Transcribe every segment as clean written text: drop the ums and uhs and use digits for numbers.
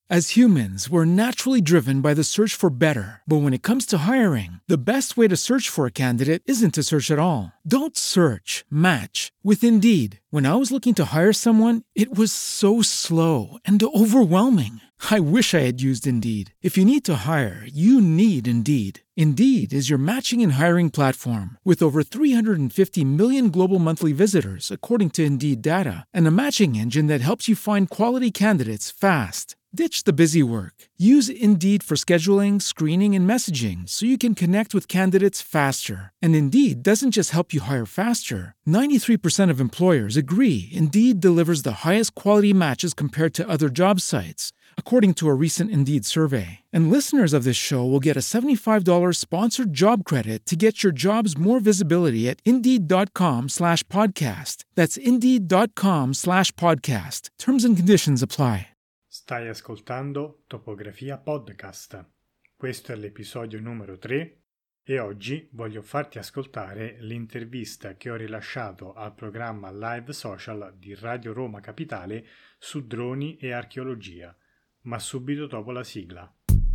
As humans, we're naturally driven by the search for better. But when it comes to hiring, the best way to search for a candidate isn't to search at all. Don't search, match with Indeed. When I was looking to hire someone, it was so slow and overwhelming. I wish I had used Indeed. If you need to hire, you need Indeed. Indeed is your matching and hiring platform with over 350 million global monthly visitors, according to Indeed data, and a matching engine that helps you find quality candidates fast. Ditch the busy work. Use Indeed for scheduling, screening, and messaging so you can connect with candidates faster. And Indeed doesn't just help you hire faster. 93% of employers agree Indeed delivers the highest quality matches compared to other job sites, according to a recent Indeed survey. And listeners of this show will get a $75 sponsored job credit to get your jobs more visibility at Indeed.com/podcast. That's Indeed.com/podcast. Terms and conditions apply. Stai ascoltando Topografia Podcast. Questo è l'episodio numero 3 e oggi voglio farti ascoltare l'intervista che ho rilasciato al programma Live Social di Radio Roma Capitale su droni e archeologia, ma subito dopo la sigla.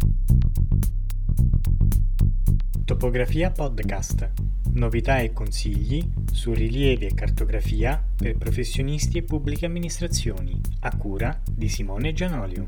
Topografia Podcast. Novità e consigli su rilievi e cartografia per professionisti e pubbliche amministrazioni, a cura di Simone Gianolio.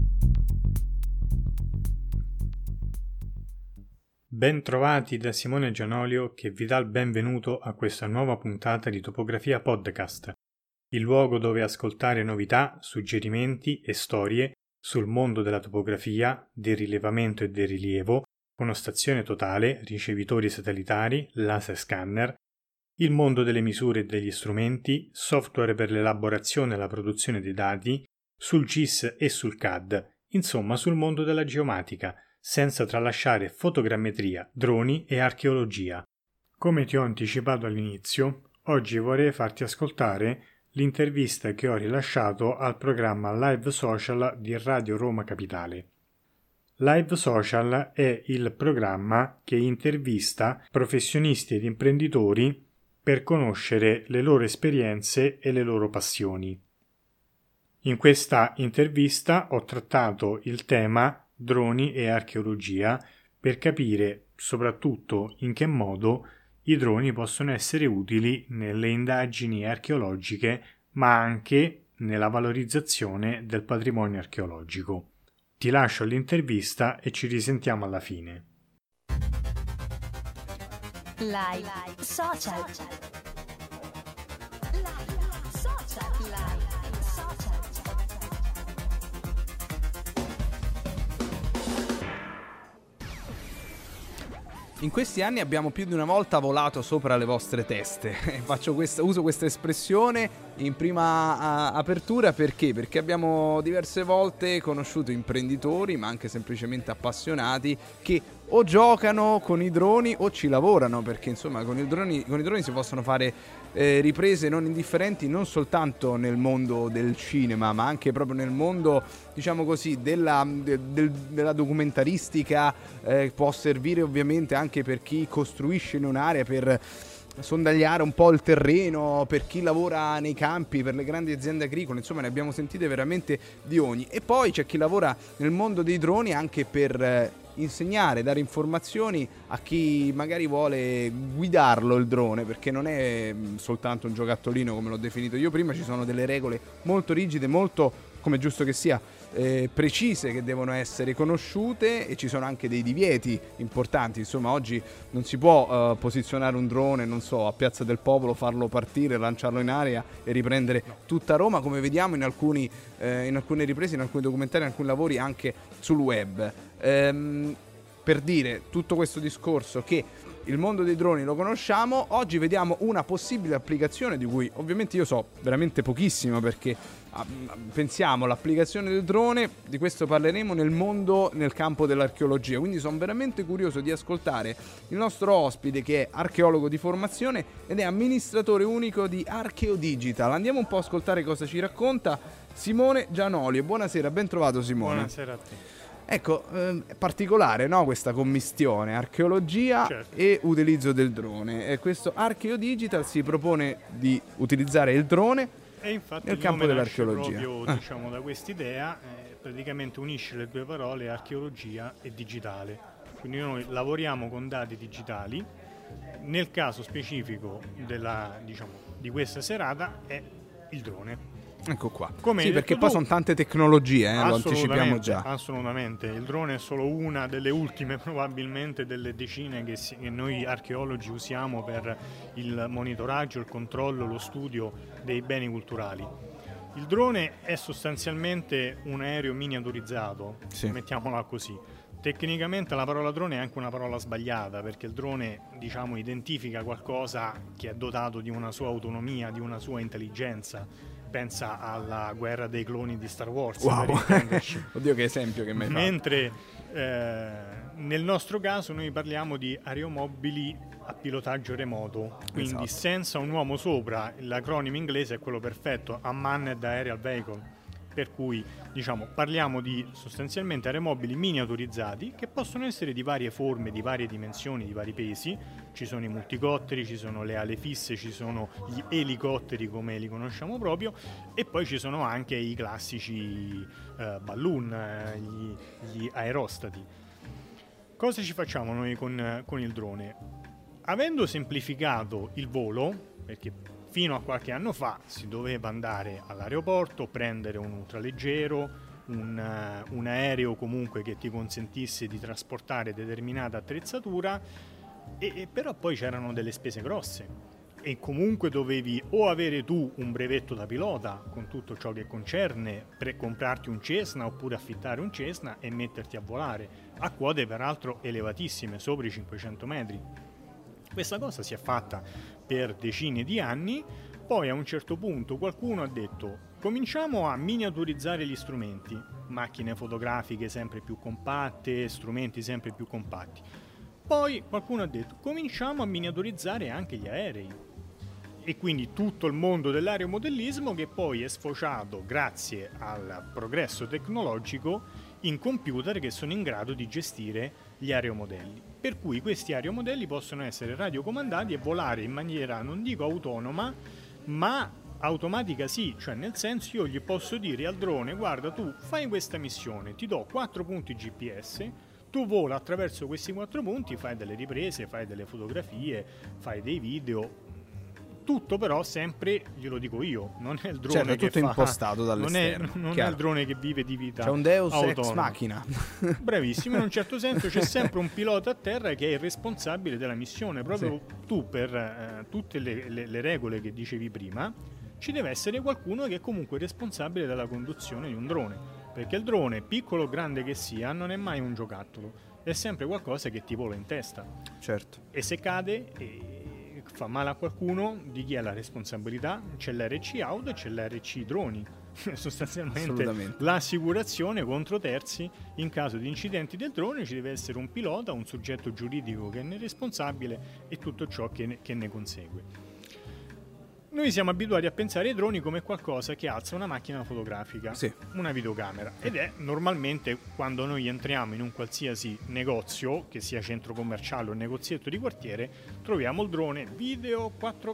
Ben trovati da Simone Gianolio, che vi dà il benvenuto a questa nuova puntata di Topografia Podcast, il luogo dove ascoltare novità, suggerimenti e storie sul mondo della topografia, del rilevamento e del rilievo, conostazione totale, ricevitori satellitari, laser scanner, il mondo delle misure e degli strumenti, software per l'elaborazione e la produzione dei dati, sul GIS e sul CAD, insomma sul mondo della geomatica, senza tralasciare fotogrammetria, droni e archeologia. Come ti ho anticipato all'inizio, oggi vorrei farti ascoltare l'intervista che ho rilasciato al programma Live Social di Radio Roma Capitale. Live Social è il programma che intervista professionisti ed imprenditori per conoscere le loro esperienze e le loro passioni. In questa intervista ho trattato il tema droni e archeologia per capire soprattutto in che modo i droni possono essere utili nelle indagini archeologiche, ma anche nella valorizzazione del patrimonio archeologico. Ti lascio l'intervista e ci risentiamo alla fine. Live Social. In questi anni abbiamo più di una volta volato sopra le vostre teste. Uso questa espressione in prima apertura perché? Perché abbiamo diverse volte conosciuto imprenditori, ma anche semplicemente appassionati, che o giocano con i droni o ci lavorano, perché insomma con i droni si possono fare riprese non indifferenti non soltanto nel mondo del cinema, ma anche proprio nel mondo, diciamo così, della documentaristica. Può servire ovviamente anche per chi costruisce in un'area, per sondagliare un po' il terreno, per chi lavora nei campi, per le grandi aziende agricole, insomma ne abbiamo sentite veramente di ogni. E poi c'è chi lavora nel mondo dei droni anche per insegnare, dare informazioni a chi magari vuole guidarlo il drone, perché non è soltanto un giocattolino come l'ho definito io prima, ci sono delle regole molto rigide, molto, come giusto che sia, precise, che devono essere conosciute, e ci sono anche dei divieti importanti. Insomma, oggi non si può posizionare un drone, non so, a Piazza del Popolo, farlo partire, lanciarlo in aria e riprendere tutta Roma, come vediamo in alcune riprese, in alcuni documentari, in alcuni lavori anche sul web. Per dire tutto questo discorso, che il mondo dei droni lo conosciamo, oggi vediamo una possibile applicazione di cui ovviamente io so veramente pochissimo, perché pensiamo all'applicazione del drone, di questo parleremo nel campo dell'archeologia, quindi sono veramente curioso di ascoltare il nostro ospite, che è archeologo di formazione ed è amministratore unico di Archeodigital. Andiamo un po' a ascoltare cosa ci racconta Simone Gianolio. Buonasera, ben trovato Simone. Buonasera a te. Ecco, è particolare, no, questa commistione archeologia, certo, e utilizzo del drone. E questo Archeodigital si propone di utilizzare il drone E infatti nel il campo nome nasce dell'archeologia. proprio diciamo, da quest'idea, praticamente unisce le due parole archeologia e digitale. Quindi noi lavoriamo con dati digitali, nel caso specifico di questa serata è il drone. Ecco qua. Come Sì, hai perché detto poi tu, sono tante tecnologie, lo anticipiamo già. Assolutamente, il drone è solo una delle ultime probabilmente delle decine che noi archeologi usiamo per il monitoraggio, il controllo, lo studio dei beni culturali. Il drone è sostanzialmente un aereo miniaturizzato, Sì. mettiamola così. Tecnicamente la parola drone è anche una parola sbagliata, perché il drone, diciamo, identifica qualcosa che è dotato di una sua autonomia, di una sua intelligenza. Pensa alla guerra dei cloni di Star Wars, per intenderci. Oddio, che esempio che mi hai fatto. Mentre nel nostro caso noi parliamo di aeromobili a pilotaggio remoto, quindi Esatto. senza un uomo sopra. L'acronimo inglese è quello perfetto, Unmanned Aerial Vehicle. Per cui diciamo parliamo di sostanzialmente aeromobili miniaturizzati che possono essere di varie forme, di varie dimensioni, di vari pesi. Ci sono i multicotteri, ci sono le ali fisse, ci sono gli elicotteri come li conosciamo proprio, e poi ci sono anche i classici balloon, gli aerostati. Cosa ci facciamo noi con il drone? Avendo semplificato il volo, perché fino a qualche anno fa si doveva andare all'aeroporto, prendere un ultraleggero, un aereo comunque che ti consentisse di trasportare determinata attrezzatura, e però poi c'erano delle spese grosse e comunque dovevi o avere tu un brevetto da pilota con tutto ciò che concerne, per comprarti un Cessna oppure affittare un Cessna e metterti a volare a quote peraltro elevatissime, sopra i 500 metri. Questa cosa si è fatta per decine di anni, poi a un certo punto qualcuno ha detto cominciamo a miniaturizzare gli strumenti, macchine fotografiche sempre più compatte, strumenti sempre più compatti. Poi qualcuno ha detto cominciamo a miniaturizzare anche gli aerei, e quindi tutto il mondo dell'aeromodellismo che poi è sfociato grazie al progresso tecnologico in computer che sono in grado di gestire gli aeromodelli, per cui questi aeromodelli possono essere radiocomandati e volare in maniera, non dico autonoma, ma automatica sì, cioè nel senso io gli posso dire al drone guarda tu fai questa missione, ti do 4 punti GPS, tu vola attraverso questi 4 punti, fai delle riprese, fai delle fotografie, fai dei video. Tutto però sempre, glielo dico io, non è il drone certo, che tutto fa, impostato dall'esterno. non è il drone che vive di vita c'è un Deus autonoma. ex machina. Bravissimo, in un certo senso c'è sempre un pilota a terra che è il responsabile della missione. Proprio tu per tutte le regole che dicevi prima, ci deve essere qualcuno che è comunque responsabile della conduzione di un drone, perché il drone, piccolo o grande che sia, non è mai un giocattolo, è sempre qualcosa che ti vola in testa. Certo. E se cade fa male a qualcuno, di chi è la responsabilità? C'è l'RC auto e c'è l'RC droni. Sostanzialmente l'assicurazione contro terzi in caso di incidenti del drone ci deve essere un pilota, un soggetto giuridico che ne è responsabile e tutto ciò che ne consegue. Noi siamo abituati a pensare ai droni come qualcosa che alza una macchina fotografica, una videocamera, ed è normalmente quando noi entriamo in un qualsiasi negozio, che sia centro commerciale o negozietto di quartiere, troviamo il drone video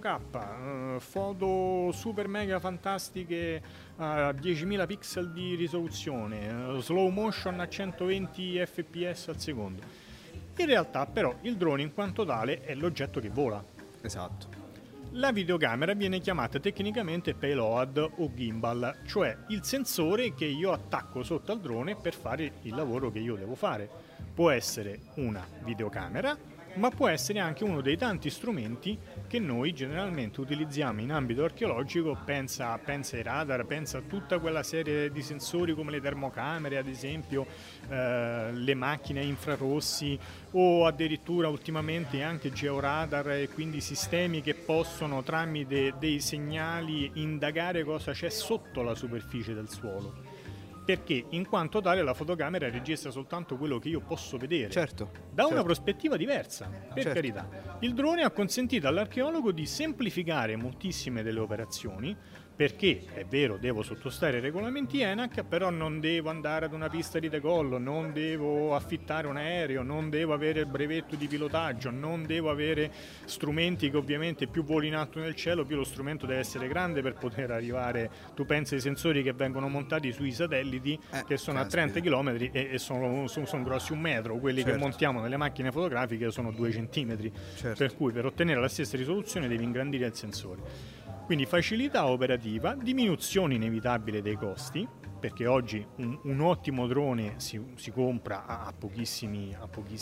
4K, foto super mega fantastiche a 10.000 pixel di risoluzione, slow motion a 120 fps al secondo. In realtà però il drone in quanto tale è l'oggetto che vola. Esatto. La videocamera viene chiamata tecnicamente payload o gimbal, cioè il sensore che io attacco sotto al drone per fare il lavoro che io devo fare. Può essere una videocamera, ma può essere anche uno dei tanti strumenti che noi generalmente utilizziamo in ambito archeologico. Pensa ai radar, pensa a tutta quella serie di sensori come le termocamere, ad esempio, le macchine infrarossi, o addirittura ultimamente anche georadar, e quindi sistemi che possono tramite dei segnali indagare cosa c'è sotto la superficie del suolo. Perché in quanto tale la fotocamera registra soltanto quello che io posso vedere, da una prospettiva diversa, per carità. Il drone ha consentito all'archeologo di semplificare moltissime delle operazioni, perché è vero, devo sottostare ai regolamenti ENAC, però non devo andare ad una pista di decollo, non devo affittare un aereo, non devo avere il brevetto di pilotaggio, non devo avere strumenti che ovviamente più voli in alto nel cielo, più lo strumento deve essere grande per poter arrivare. Tu pensi ai sensori che vengono montati sui satelliti che sono a 30 km e sono grossi 1 metro, quelli che montiamo nelle macchine fotografiche sono 2 centimetri, per cui per ottenere la stessa risoluzione devi ingrandire il sensore. Quindi facilità operativa, diminuzione inevitabile dei costi, perché oggi un ottimo drone si compra a pochissimi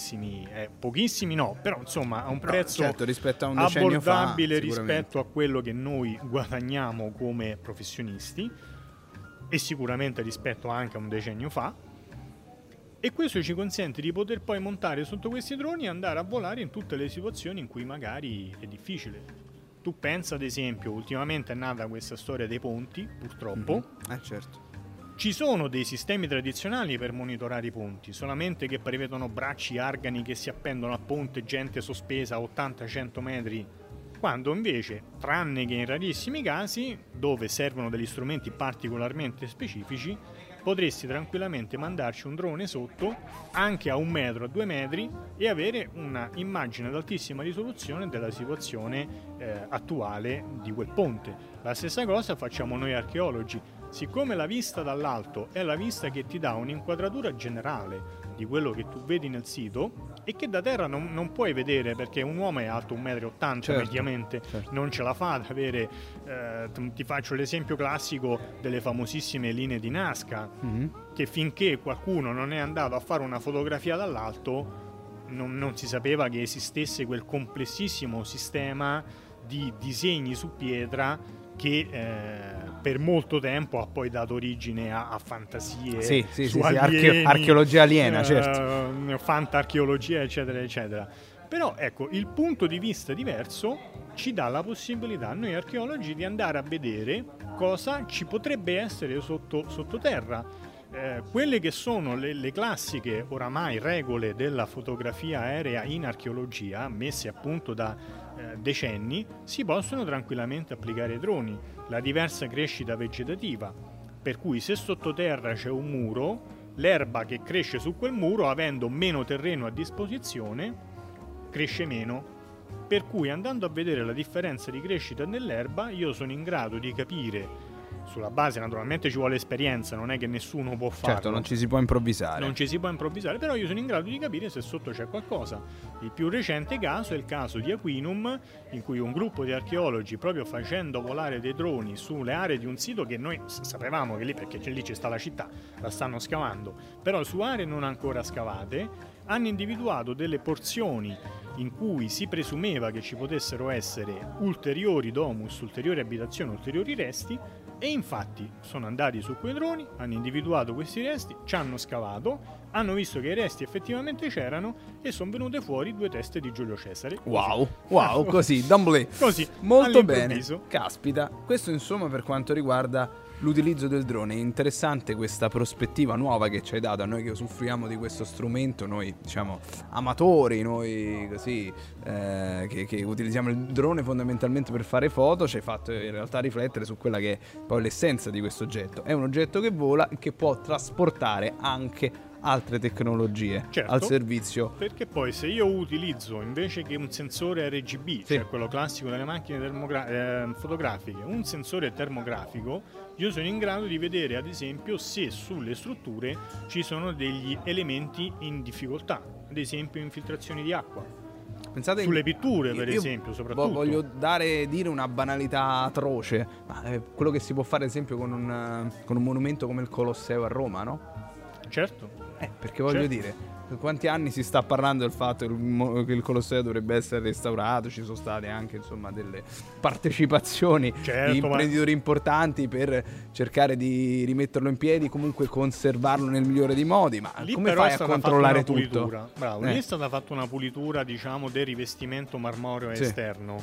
no, però insomma a un prezzo rispetto a un abbordabile rispetto a quello che noi guadagniamo come professionisti e sicuramente rispetto anche a un decennio fa. E questo ci consente di poter poi montare sotto questi droni e andare a volare in tutte le situazioni in cui magari è difficile. Tu pensa ad esempio, ultimamente è nata questa storia dei ponti, purtroppo. Ci sono dei sistemi tradizionali per monitorare i ponti, solamente che prevedono bracci argani che si appendono a ponte, gente sospesa a 80-100 metri, quando invece, tranne che in rarissimi casi, dove servono degli strumenti particolarmente specifici, potresti tranquillamente mandarci un drone sotto anche a 1 metro, a 2 metri e avere una immagine ad altissima risoluzione della situazione attuale di quel ponte. La stessa cosa facciamo noi archeologi. Siccome la vista dall'alto è la vista che ti dà un'inquadratura generale di quello che tu vedi nel sito e che da terra non puoi vedere, perché un uomo è alto 1,80 m mediamente, non ce la fa ad avere, ti faccio l'esempio classico delle famosissime linee di Nazca, che finché qualcuno non è andato a fare una fotografia dall'alto non si sapeva che esistesse quel complessissimo sistema di disegni su pietra che per molto tempo ha poi dato origine a fantasie su alieni, archeologia aliena, fantarcheologia, eccetera, eccetera. Però ecco, il punto di vista diverso ci dà la possibilità a noi archeologi di andare a vedere cosa ci potrebbe essere sottoterra. Quelle che sono le classiche oramai regole della fotografia aerea in archeologia, messe appunto da decenni, si possono tranquillamente applicare ai droni. La diversa crescita vegetativa, per cui se sottoterra c'è un muro, l'erba che cresce su quel muro, avendo meno terreno a disposizione, cresce meno. Per cui andando a vedere la differenza di crescita nell'erba, io sono in grado di capire, sulla base naturalmente ci vuole esperienza, non è che nessuno può farlo. Non ci si può improvvisare. Non ci si può improvvisare, però io sono in grado di capire se sotto c'è qualcosa. Il più recente caso è il caso di Aquinum, in cui un gruppo di archeologi, proprio facendo volare dei droni sulle aree di un sito che noi sapevamo che lì, perché lì c'è sta la città, la stanno scavando, però su aree non ancora scavate, hanno individuato delle porzioni in cui si presumeva che ci potessero essere ulteriori domus, ulteriori abitazioni, ulteriori resti. E infatti sono andati su quei droni, hanno individuato questi resti, ci hanno scavato, hanno visto che i resti effettivamente c'erano e sono venute fuori 2 teste di Giulio Cesare. Wow, così, d'amblè. Così, molto bene. Caspita, questo insomma per quanto riguarda l'utilizzo del drone. È interessante questa prospettiva nuova che ci hai dato a noi che usufruiamo di questo strumento, noi diciamo amatori, noi così che utilizziamo il drone fondamentalmente per fare foto. Ci hai fatto in realtà riflettere su quella che è poi l'essenza di questo oggetto. È un oggetto che vola e che può trasportare anche altre tecnologie al servizio. Perché poi se io utilizzo invece che un sensore RGB, cioè quello classico delle macchine fotografiche, un sensore termografico, io sono in grado di vedere ad esempio se sulle strutture ci sono degli elementi in difficoltà, ad esempio infiltrazioni di acqua. Pensate sulle pitture per esempio, soprattutto. Voglio dire una banalità atroce, ma quello che si può fare ad esempio con un monumento come il Colosseo a Roma, no? Certo. Perché voglio dire, quanti anni si sta parlando del fatto che il Colosseo dovrebbe essere restaurato, ci sono state anche insomma delle partecipazioni di imprenditori importanti per cercare di rimetterlo in piedi, comunque conservarlo nel migliore dei modi, ma lì come fai a controllare tutto? Bravo, lì è stata fatta una pulitura diciamo del rivestimento marmoreo esterno,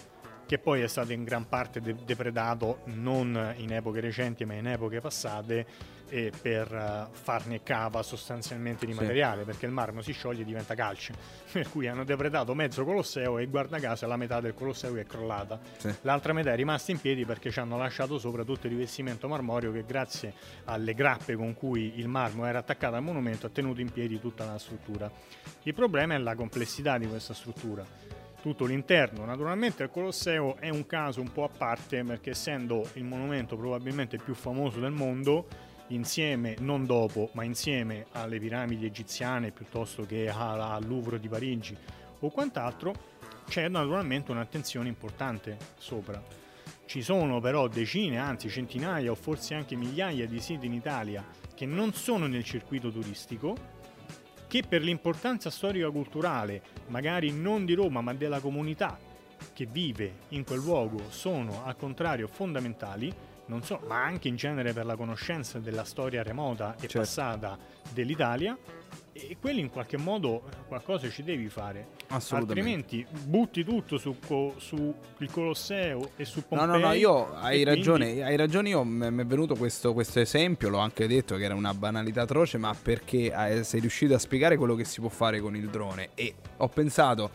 che poi è stato in gran parte depredato non in epoche recenti ma in epoche passate, e per farne cava sostanzialmente di materiale, perché il marmo si scioglie e diventa calce, per cui hanno depredato mezzo Colosseo e guarda caso la metà del Colosseo è crollata, l'altra metà è rimasta in piedi perché ci hanno lasciato sopra tutto il rivestimento marmoreo che, grazie alle grappe con cui il marmo era attaccato al monumento, ha tenuto in piedi tutta la struttura. Il problema è la complessità di questa struttura, tutto l'interno. Naturalmente il Colosseo è un caso un po' a parte, perché essendo il monumento probabilmente più famoso del mondo, insieme, non dopo, ma insieme alle piramidi egiziane piuttosto che al Louvre di Parigi o quant'altro, c'è naturalmente un'attenzione importante sopra. Ci sono però decine, anzi centinaia o forse anche migliaia di siti in Italia che non sono nel circuito turistico, che per l'importanza storico-culturale, magari non di Roma ma della comunità che vive in quel luogo, sono al contrario fondamentali, non so, ma anche in genere per la conoscenza della storia remota e passata dell'Italia, e quelli in qualche modo qualcosa ci devi fare, altrimenti butti tutto su il Colosseo e su Pompei. No, io hai ragione. Io mi è venuto questo esempio, l'ho anche detto che era una banalità atroce, ma perché sei riuscito a spiegare quello che si può fare con il drone, e ho pensato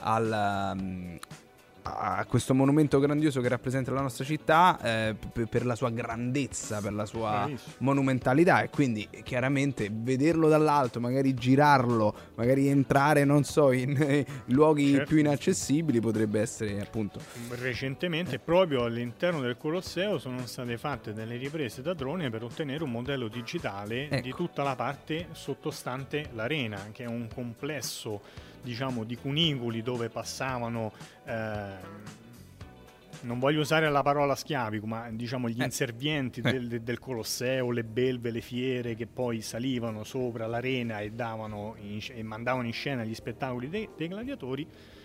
a questo monumento grandioso che rappresenta la nostra città, per la sua grandezza, per la sua monumentalità, e quindi chiaramente vederlo dall'alto, magari girarlo, magari entrare, non so, in luoghi più inaccessibili, potrebbe essere appunto. Recentemente proprio all'interno del Colosseo sono state fatte delle riprese da drone per ottenere un modello digitale di tutta la parte sottostante l'arena, che è un complesso, diciamo, di cunicoli dove passavano, non voglio usare la parola schiavi, ma diciamo gli inservienti del Colosseo, le belve, le fiere che poi salivano sopra l'arena e mandavano in scena gli spettacoli dei gladiatori.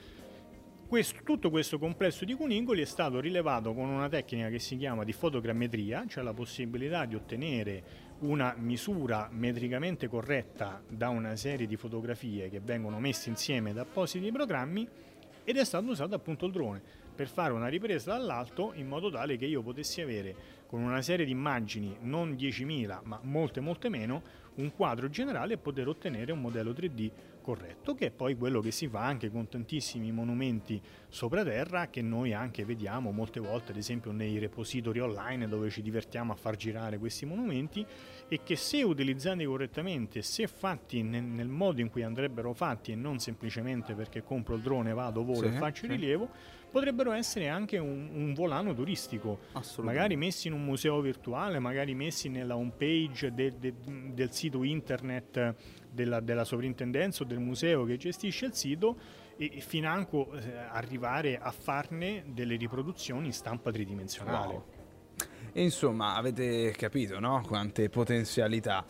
Tutto questo complesso di cunicoli è stato rilevato con una tecnica che si chiama di fotogrammetria, cioè la possibilità di ottenere una misura metricamente corretta da una serie di fotografie che vengono messe insieme da appositi programmi, ed è stato usato appunto il drone per fare una ripresa dall'alto, in modo tale che io potessi avere, con una serie di immagini, non 10.000 ma molte meno, un quadro generale e poter ottenere un modello 3D corretto, che è poi quello che si fa anche con tantissimi monumenti sopra terra che noi anche vediamo molte volte, ad esempio nei repository online dove ci divertiamo a far girare questi monumenti, e che, se utilizzati correttamente, se fatti nel modo in cui andrebbero fatti e non semplicemente perché compro il drone, vado, volo e faccio rilievo, potrebbero essere anche un volano turistico, magari messi in un museo virtuale, magari messi nella home page del sito internet della sovrintendenza o del museo che gestisce il sito, e financo arrivare a farne delle riproduzioni in stampa tridimensionale. Wow. E insomma, avete capito, no? Quante potenzialità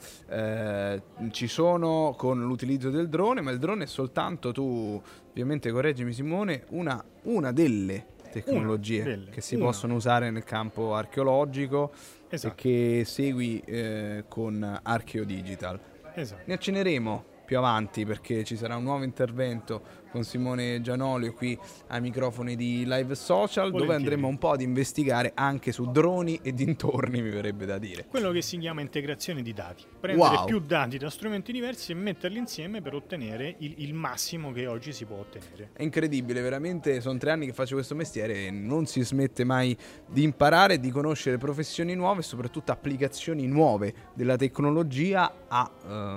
ci sono con l'utilizzo del drone, ma il drone è soltanto, tu ovviamente correggimi Simone, una delle tecnologie che si possono usare nel campo archeologico, e che segui con Archeo Digital. Ne accenneremo più avanti, perché ci sarà un nuovo intervento con Simone Gianolio qui ai microfoni di Live Social, dove andremo un po' ad investigare anche su droni e dintorni, mi verrebbe da dire. Quello che si chiama integrazione di dati, prendere più dati da strumenti diversi e metterli insieme per ottenere il massimo che oggi si può ottenere. È incredibile, veramente sono 3 anni che faccio questo mestiere e non si smette mai di imparare, di conoscere professioni nuove e soprattutto applicazioni nuove della tecnologia a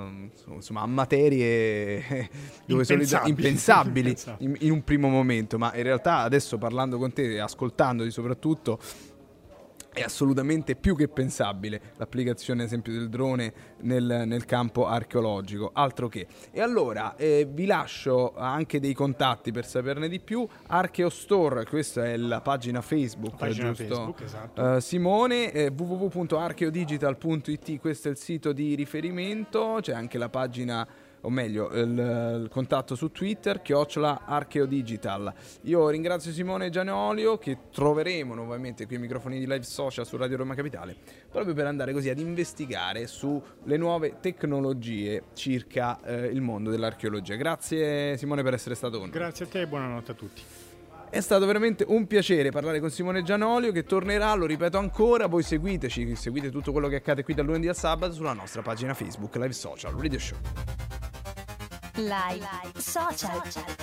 materie dove sono impensabili in un primo momento, ma in realtà adesso, parlando con te e ascoltandoti soprattutto, è assolutamente più che pensabile l'applicazione, ad esempio, del drone nel campo archeologico, altro che. E allora vi lascio anche dei contatti per saperne di più. Archeo Store, questa è la pagina Facebook, giusto? Esatto. Simone, www.archeodigital.it, questo è il sito di riferimento, c'è anche la pagina, o meglio il contatto su Twitter, @archeodigital. Io ringrazio Simone Gianolio, che troveremo nuovamente qui ai microfoni di Live Social su Radio Roma Capitale, proprio per andare così ad investigare sulle nuove tecnologie circa il mondo dell'archeologia. Grazie Simone per essere stato con noi. Grazie a te e buonanotte a tutti. È stato veramente un piacere parlare con Simone Gianolio, che tornerà, lo ripeto ancora, voi seguiteci, seguite tutto quello che accade qui dal lunedì al sabato sulla nostra pagina Facebook Live Social Radio Show. Live Social.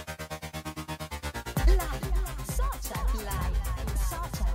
Live Social. Live Social.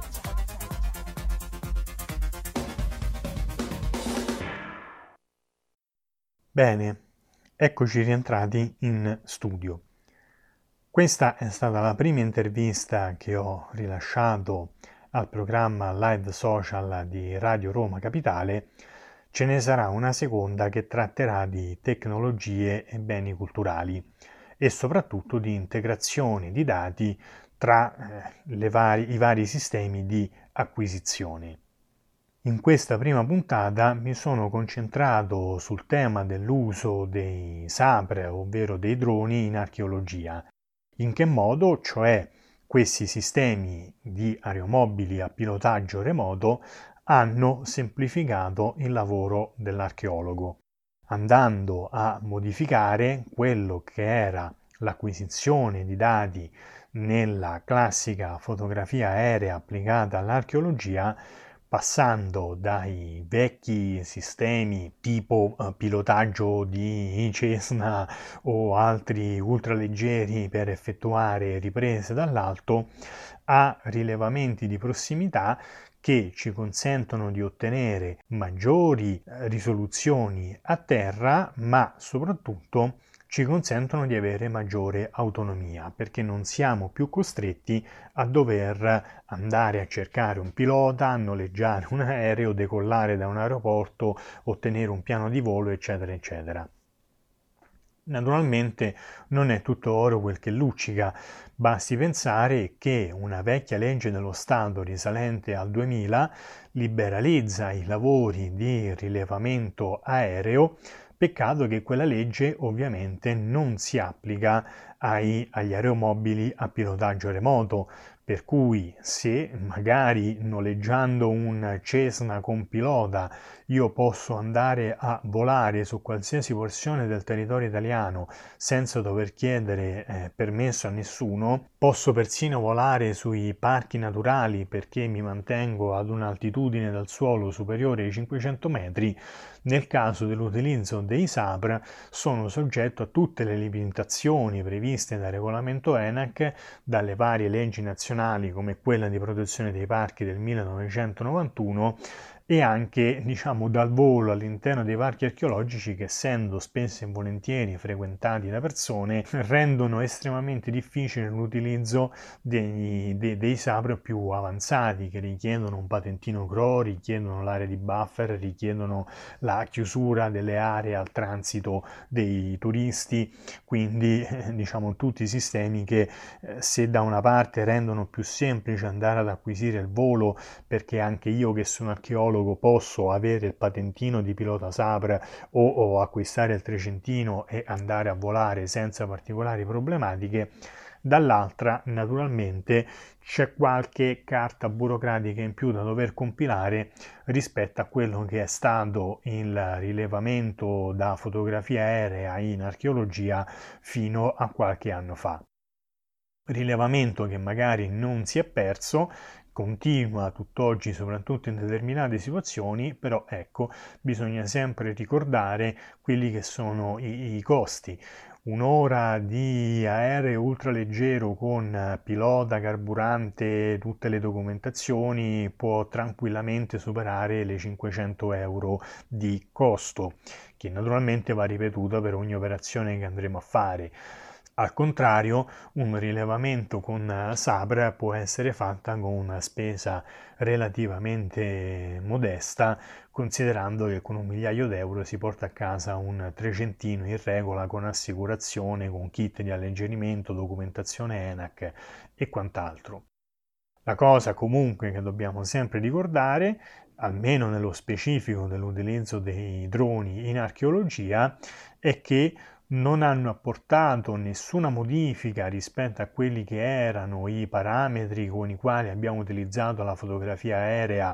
Bene, eccoci rientrati in studio. Questa è stata la prima intervista che ho rilasciato al programma Live Social di Radio Roma Capitale. Ce ne sarà una seconda che tratterà di tecnologie e beni culturali e soprattutto di integrazione di dati tra i vari sistemi di acquisizione. In questa prima puntata mi sono concentrato sul tema dell'uso dei SAPR, ovvero dei droni, in archeologia. In che modo, cioè, questi sistemi di aeromobili a pilotaggio remoto hanno semplificato il lavoro dell'archeologo, andando a modificare quello che era l'acquisizione di dati nella classica fotografia aerea applicata all'archeologia, passando dai vecchi sistemi tipo pilotaggio di Cessna o altri ultraleggeri per effettuare riprese dall'alto a rilevamenti di prossimità che ci consentono di ottenere maggiori risoluzioni a terra, ma soprattutto ci consentono di avere maggiore autonomia, perché non siamo più costretti a dover andare a cercare un pilota, noleggiare un aereo, decollare da un aeroporto, ottenere un piano di volo, eccetera, eccetera. Naturalmente non è tutto oro quel che luccica, basti pensare che una vecchia legge dello Stato risalente al 2000 liberalizza i lavori di rilevamento aereo. Peccato che quella legge ovviamente non si applica agli aeromobili a pilotaggio remoto, per cui se magari noleggiando un Cessna con pilota io posso andare a volare su qualsiasi porzione del territorio italiano senza dover chiedere permesso a nessuno, posso persino volare sui parchi naturali perché mi mantengo ad un'altitudine dal suolo superiore ai 500 metri, nel caso dell'utilizzo dei SAPR sono soggetto a tutte le limitazioni previste dal regolamento ENAC, dalle varie leggi nazionali come quella di protezione dei parchi del 1991 e anche dal volo all'interno dei parchi archeologici che, essendo spesso e volentieri frequentati da persone, rendono estremamente difficile l'utilizzo dei SAPR più avanzati, che richiedono un patentino CRO, richiedono l'area di buffer, richiedono la chiusura delle aree al transito dei turisti, quindi tutti i sistemi che se da una parte rendono più semplice andare ad acquisire il volo, perché anche io che sono archeologo posso avere il patentino di pilota SAPR o acquistare il trecentino e andare a volare senza particolari problematiche, dall'altra naturalmente c'è qualche carta burocratica in più da dover compilare rispetto a quello che è stato il rilevamento da fotografia aerea in archeologia fino a qualche anno fa. Rilevamento che magari non si è perso, continua tutt'oggi soprattutto in determinate situazioni, però ecco, bisogna sempre ricordare quelli che sono i costi. Un'ora di aereo ultraleggero con pilota, carburante, tutte le documentazioni può tranquillamente superare le 500 euro di costo, che naturalmente va ripetuta per ogni operazione che andremo a fare. Al contrario, un rilevamento con SAPR può essere fatta con una spesa relativamente modesta, considerando che con 1 migliaio d'euro si porta a casa un trecentino in regola con assicurazione, con kit di alleggerimento, documentazione ENAC e quant'altro. La cosa comunque che dobbiamo sempre ricordare, almeno nello specifico dell'utilizzo dei droni in archeologia, è che non hanno apportato nessuna modifica rispetto a quelli che erano i parametri con i quali abbiamo utilizzato la fotografia aerea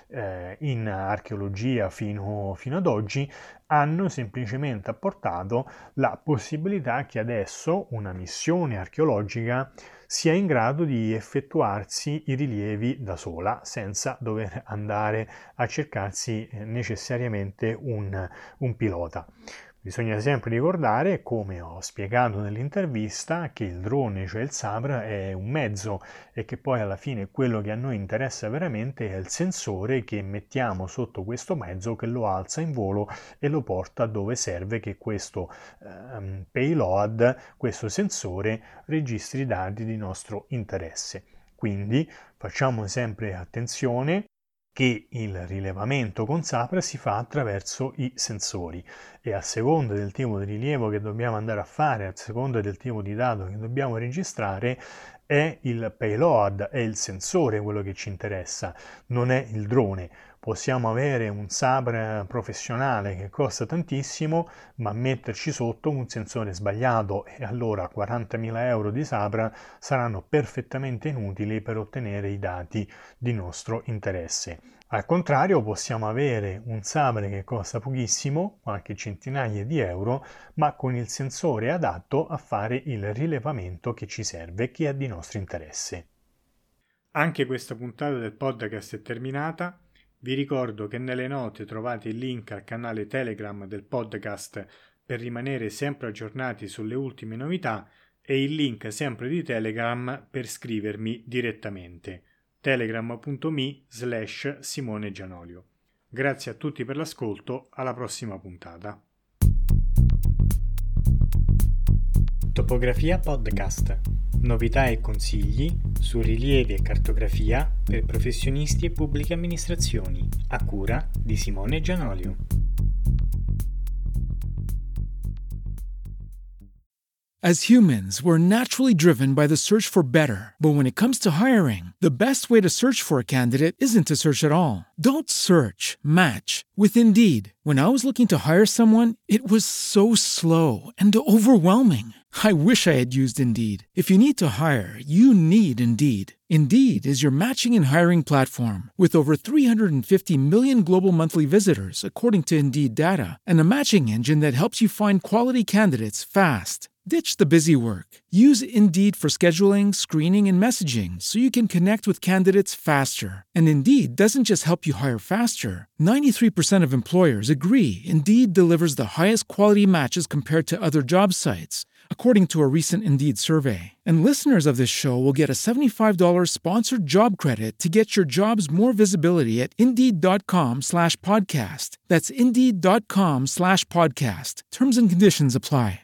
in archeologia fino ad oggi, hanno semplicemente apportato la possibilità che adesso una missione archeologica sia in grado di effettuarsi i rilievi da sola senza dover andare a cercarsi necessariamente un pilota. Bisogna sempre ricordare, come ho spiegato nell'intervista, che il drone, cioè il Sabra, è un mezzo e che poi alla fine quello che a noi interessa veramente è il sensore che mettiamo sotto questo mezzo, che lo alza in volo e lo porta dove serve che questo payload, questo sensore, registri i dati di nostro interesse. Quindi facciamo sempre attenzione che il rilevamento con Sabra si fa attraverso i sensori e a seconda del tipo di rilievo che dobbiamo andare a fare, a seconda del tipo di dato che dobbiamo registrare, è il payload, è il sensore quello che ci interessa, non è il drone. Possiamo avere un Sabra professionale che costa tantissimo, ma metterci sotto un sensore sbagliato e allora 40.000 euro di Sabra saranno perfettamente inutili per ottenere i dati di nostro interesse. Al contrario, possiamo avere un Sabra che costa pochissimo, qualche centinaia di euro, ma con il sensore adatto a fare il rilevamento che ci serve, che è di nostro interesse. Anche questa puntata del podcast è terminata. Vi ricordo che nelle note trovate il link al canale Telegram del podcast per rimanere sempre aggiornati sulle ultime novità e il link sempre di Telegram per scrivermi direttamente. telegram.me/Simone Gianolio. Grazie a tutti per l'ascolto, alla prossima puntata. Topografia Podcast. Novità e consigli su rilievi e cartografia per professionisti e pubbliche amministrazioni, a cura di Simone Gianolio. As humans, we're naturally driven by the search for better. But when it comes to hiring, the best way to search for a candidate isn't to search at all. Don't search, match with Indeed. When I was looking to hire someone, it was so slow and overwhelming. I wish I had used Indeed. If you need to hire, you need Indeed. Indeed is your matching and hiring platform with over 350 million global monthly visitors, according to Indeed data, and a matching engine that helps you find quality candidates fast. Ditch the busy work. Use Indeed for scheduling, screening, and messaging so you can connect with candidates faster. And Indeed doesn't just help you hire faster. 93% of employers agree Indeed delivers the highest quality matches compared to other job sites, according to a recent Indeed survey. And listeners of this show will get a $75 sponsored job credit to get your jobs more visibility at Indeed.com/podcast. That's Indeed.com/podcast. Terms and conditions apply.